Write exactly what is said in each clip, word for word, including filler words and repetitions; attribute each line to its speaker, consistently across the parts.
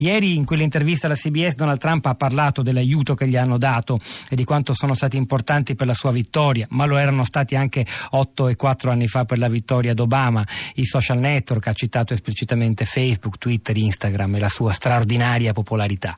Speaker 1: Ieri in quell'intervista alla C B S Donald Trump ha parlato dell'aiuto che gli hanno dato e di quanto sono stati importanti per la sua vittoria, ma lo erano stati anche otto e quattro anni fa per la vittoria d'Obama. I social network, ha citato esplicitamente Facebook, Twitter, Instagram e la sua straordinaria popolarità.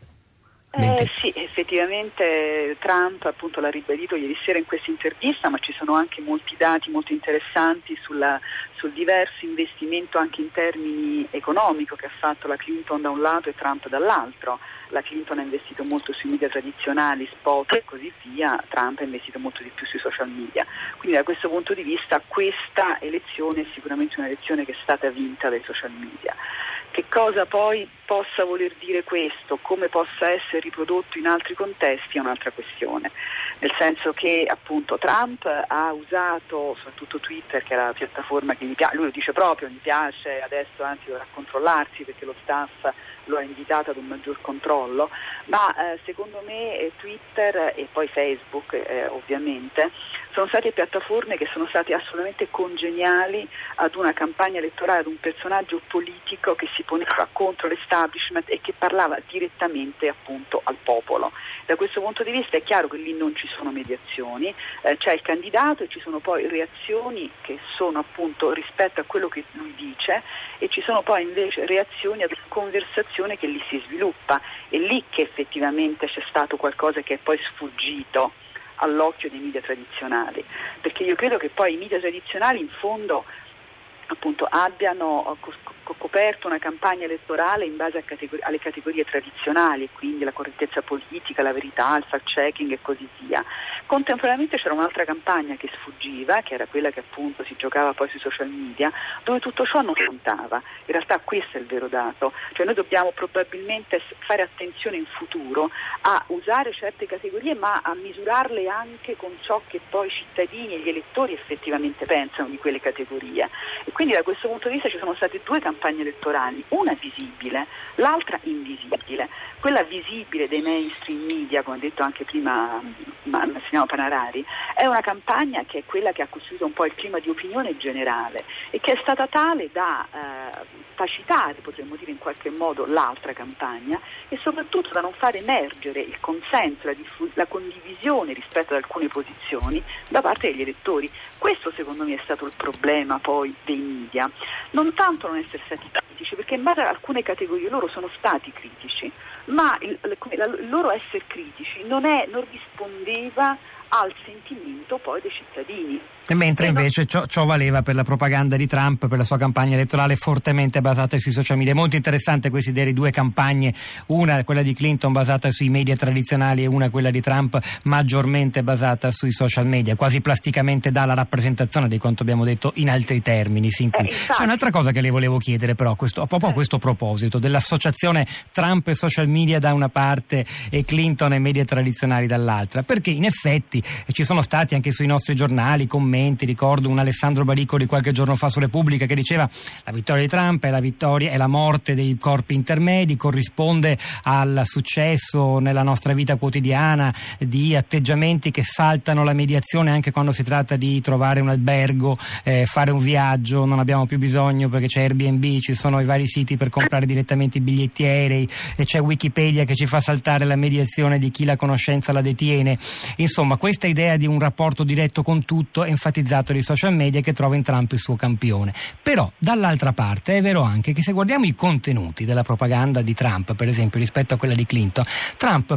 Speaker 2: Eh, sì, effettivamente Trump appunto l'ha ribadito ieri sera in questa intervista, ma ci sono anche molti dati molto interessanti sulla, sul diverso investimento anche in termini economico che ha fatto la Clinton da un lato e Trump dall'altro. La Clinton ha investito molto sui media tradizionali, spot e così via, Trump ha investito molto di più sui social media. Quindi da questo punto di vista questa elezione è sicuramente un'elezione che è stata vinta dai social media. Che cosa poi possa voler dire questo, come possa essere riprodotto in altri contesti è un'altra questione, nel senso che appunto Trump ha usato soprattutto Twitter, che è la piattaforma che gli piace, lui lo dice proprio, gli piace, adesso anzi dovrà controllarsi perché lo staff lo ha invitato ad un maggior controllo, ma eh, secondo me eh, Twitter e poi Facebook eh, ovviamente sono state piattaforme che sono state assolutamente congeniali ad una campagna elettorale, ad un personaggio politico che si poneva contro l'establishment e che parlava direttamente appunto al popolo. Da questo punto di vista è chiaro che lì non ci sono mediazioni, eh, c'è il candidato e ci sono poi reazioni che sono appunto rispetto a quello che lui dice e ci sono poi invece reazioni ad una conversazione che lì si sviluppa. È lì che effettivamente c'è stato qualcosa che è poi sfuggito all'occhio dei media tradizionali, perché io credo che poi i media tradizionali in fondo appunto abbiano coperto una campagna elettorale in base a categori- alle categorie tradizionali, quindi la correttezza politica, la verità, il fact-checking e così via. Contemporaneamente c'era un'altra campagna che sfuggiva, che era quella che appunto si giocava poi sui social media, dove tutto ciò non contava. In realtà questo è il vero dato, cioè noi dobbiamo probabilmente fare attenzione in futuro a usare certe categorie, ma a misurarle anche con ciò che poi i cittadini e gli elettori effettivamente pensano di quelle categorie. E quindi da questo punto di vista ci sono state due campagne elettorali, una visibile, l'altra invisibile. Quella visibile dei mainstream media, come ha detto anche prima Massimiliano Panarari, è una campagna che è quella che ha costruito un po' il clima di opinione generale e che è stata tale da eh, tacitare, potremmo dire in qualche modo, l'altra campagna e soprattutto da non far emergere il consenso, la, diffu- la condivisione rispetto ad alcune posizioni da parte degli elettori. Questo secondo me è stato il problema poi dei media, non tanto non essere stati critici, perché in base ad alcune categorie loro sono stati critici, ma il, il loro essere critici non, è, non rispondeva al sentimento poi dei cittadini.
Speaker 1: Mentre invece ciò, ciò valeva per la propaganda di Trump, per la sua campagna elettorale fortemente basata sui social media. Molto interessante questa idea di due campagne, una quella di Clinton basata sui media tradizionali e una quella di Trump maggiormente basata sui social media, quasi plasticamente dà la rappresentazione di quanto abbiamo detto in altri termini. Sin qui. Eh, C'è un'altra cosa che le volevo chiedere però, questo, proprio a questo proposito, dell'associazione Trump e social media da una parte e Clinton e media tradizionali dall'altra, perché in effetti ci sono stati anche sui nostri giornali commenti. Ricordo un Alessandro Baricco di qualche giorno fa su Repubblica che diceva la vittoria di Trump è la vittoria, è la morte dei corpi intermedi, corrisponde al successo nella nostra vita quotidiana di atteggiamenti che saltano la mediazione anche quando si tratta di trovare un albergo, eh, fare un viaggio, non abbiamo più bisogno perché c'è Airbnb, ci sono i vari siti per comprare direttamente i biglietti aerei e c'è Wikipedia che ci fa saltare la mediazione di chi la conoscenza la detiene. Insomma, questa idea di un rapporto diretto con tutto è enfatizzato dai social media che trova in Trump il suo campione. Però dall'altra parte è vero anche che se guardiamo i contenuti della propaganda di Trump, per esempio rispetto a quella di Clinton, Trump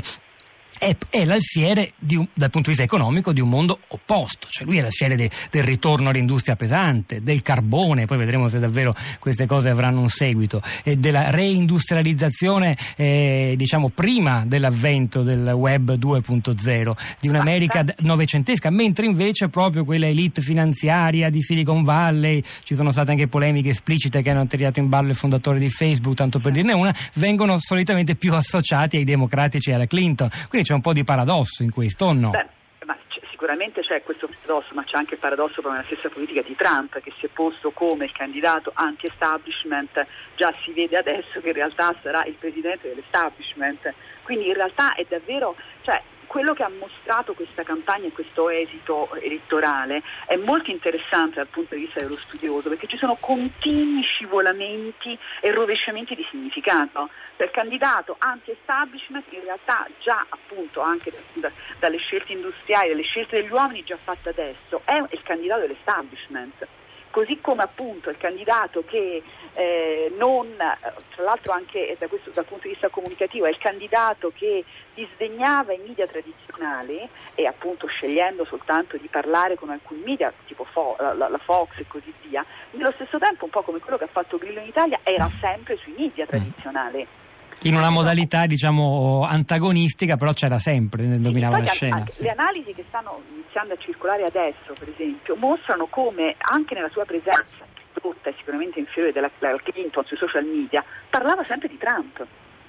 Speaker 1: È, è l'alfiere di un, dal punto di vista economico di un mondo opposto, cioè lui è l'alfiere de, del ritorno all'industria pesante, del carbone, poi vedremo se davvero queste cose avranno un seguito, e della reindustrializzazione eh, diciamo prima dell'avvento del web due punto zero, di un'America novecentesca, mentre invece proprio quella elite finanziaria di Silicon Valley, ci sono state anche polemiche esplicite che hanno tirato in ballo il fondatore di Facebook, tanto per dirne una, vengono solitamente più associati ai democratici e alla Clinton. Quindi c'è un po' di paradosso in questo, o no?
Speaker 2: Beh, ma c- sicuramente c'è questo paradosso, ma c'è anche il paradosso proprio nella stessa politica di Trump, che si è posto come il candidato anti-establishment. Già si vede adesso che in realtà sarà il presidente dell'establishment, quindi in realtà è davvero, cioè quello che ha mostrato questa campagna e questo esito elettorale è molto interessante dal punto di vista dello studioso, perché ci sono continui scivolamenti e rovesciamenti di significato. Per candidato anti-establishment, in realtà già appunto anche da, dalle scelte industriali, dalle scelte degli uomini già fatte adesso, è il candidato dell'establishment. Così come appunto il candidato che eh, non, tra l'altro anche da questo, dal punto di vista comunicativo, è il candidato che disdegnava i media tradizionali e appunto scegliendo soltanto di parlare con alcuni media tipo Fo- la, la Fox e così via, nello stesso tempo un po' come quello che ha fatto Grillo in Italia era sempre sui media tradizionali.
Speaker 1: In una modalità diciamo antagonistica, però c'era sempre, dominava
Speaker 2: sì,
Speaker 1: la scena.
Speaker 2: Anche, le analisi che stanno iniziando a circolare adesso, per esempio, mostrano come anche nella sua presenza ridotta e sicuramente inferiore della, della Clinton sui social media, parlava sempre di Trump.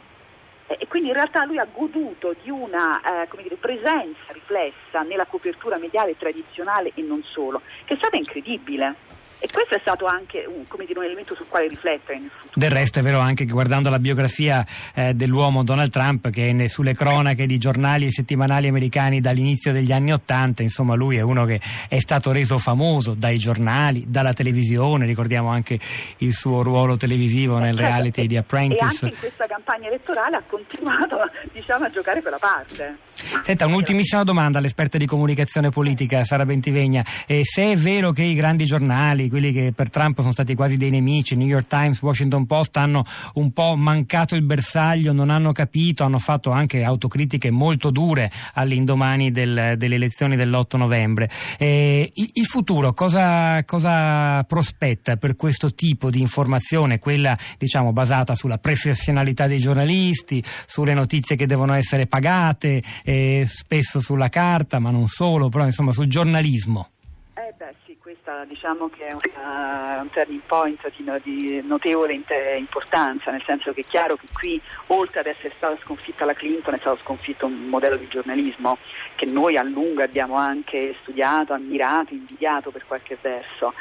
Speaker 2: E, e quindi in realtà lui ha goduto di una eh, come dire, presenza riflessa nella copertura mediale tradizionale e non solo, che è stata incredibile. E questo è stato anche un, come dire, un elemento sul quale riflettere nel futuro.
Speaker 1: Del resto è vero anche che guardando la biografia eh, dell'uomo Donald Trump, che è sulle cronache di giornali e settimanali americani dall'inizio degli anni Ottanta, insomma lui è uno che è stato reso famoso dai giornali, dalla televisione, ricordiamo anche il suo ruolo televisivo nel
Speaker 2: certo,
Speaker 1: reality
Speaker 2: e,
Speaker 1: di Apprentice.
Speaker 2: E anche in questa campagna elettorale ha continuato diciamo, a giocare per la parte.
Speaker 1: Senta, un'ultimissima domanda all'esperta di comunicazione politica Sara Bentivegna. Eh, se è vero che i grandi giornali, quelli che per Trump sono stati quasi dei nemici, New York Times, Washington Post, hanno un po' mancato il bersaglio, non hanno capito, hanno fatto anche autocritiche molto dure all'indomani del, delle elezioni dell'otto novembre. Eh, il, il futuro cosa, cosa prospetta per questo tipo di informazione, quella diciamo basata sulla professionalità dei giornalisti, sulle notizie che devono essere pagate, eh, spesso sulla carta, ma non solo, però insomma sul giornalismo?
Speaker 2: Eh beh sì, questa diciamo che è una, un turning point di, di notevole importanza, nel senso che è chiaro che qui, oltre ad essere stata sconfitta la Clinton, è stato sconfitto un modello di giornalismo che noi a lungo abbiamo anche studiato, ammirato, invidiato per qualche verso.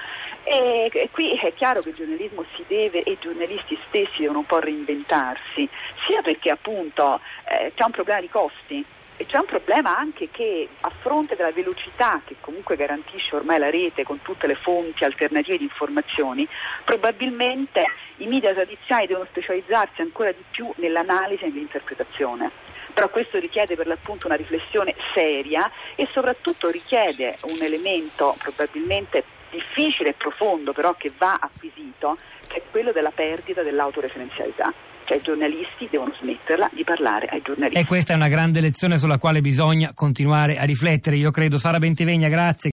Speaker 2: E, e qui è chiaro che il giornalismo si deve, e i giornalisti stessi devono un po' reinventarsi, sia perché appunto eh, c'è un problema di costi, e c'è un problema anche che a fronte della velocità che comunque garantisce ormai la rete con tutte le fonti alternative di informazioni, probabilmente i media tradizionali devono specializzarsi ancora di più nell'analisi e nell'interpretazione. Però questo richiede per l'appunto una riflessione seria e soprattutto richiede un elemento probabilmente difficile e profondo, però che va acquisito, che è quello della perdita dell'autoreferenzialità. Cioè i giornalisti devono smetterla di parlare ai giornalisti.
Speaker 1: E questa è una grande lezione sulla quale bisogna continuare a riflettere, io credo. Sara Bentivegna, grazie.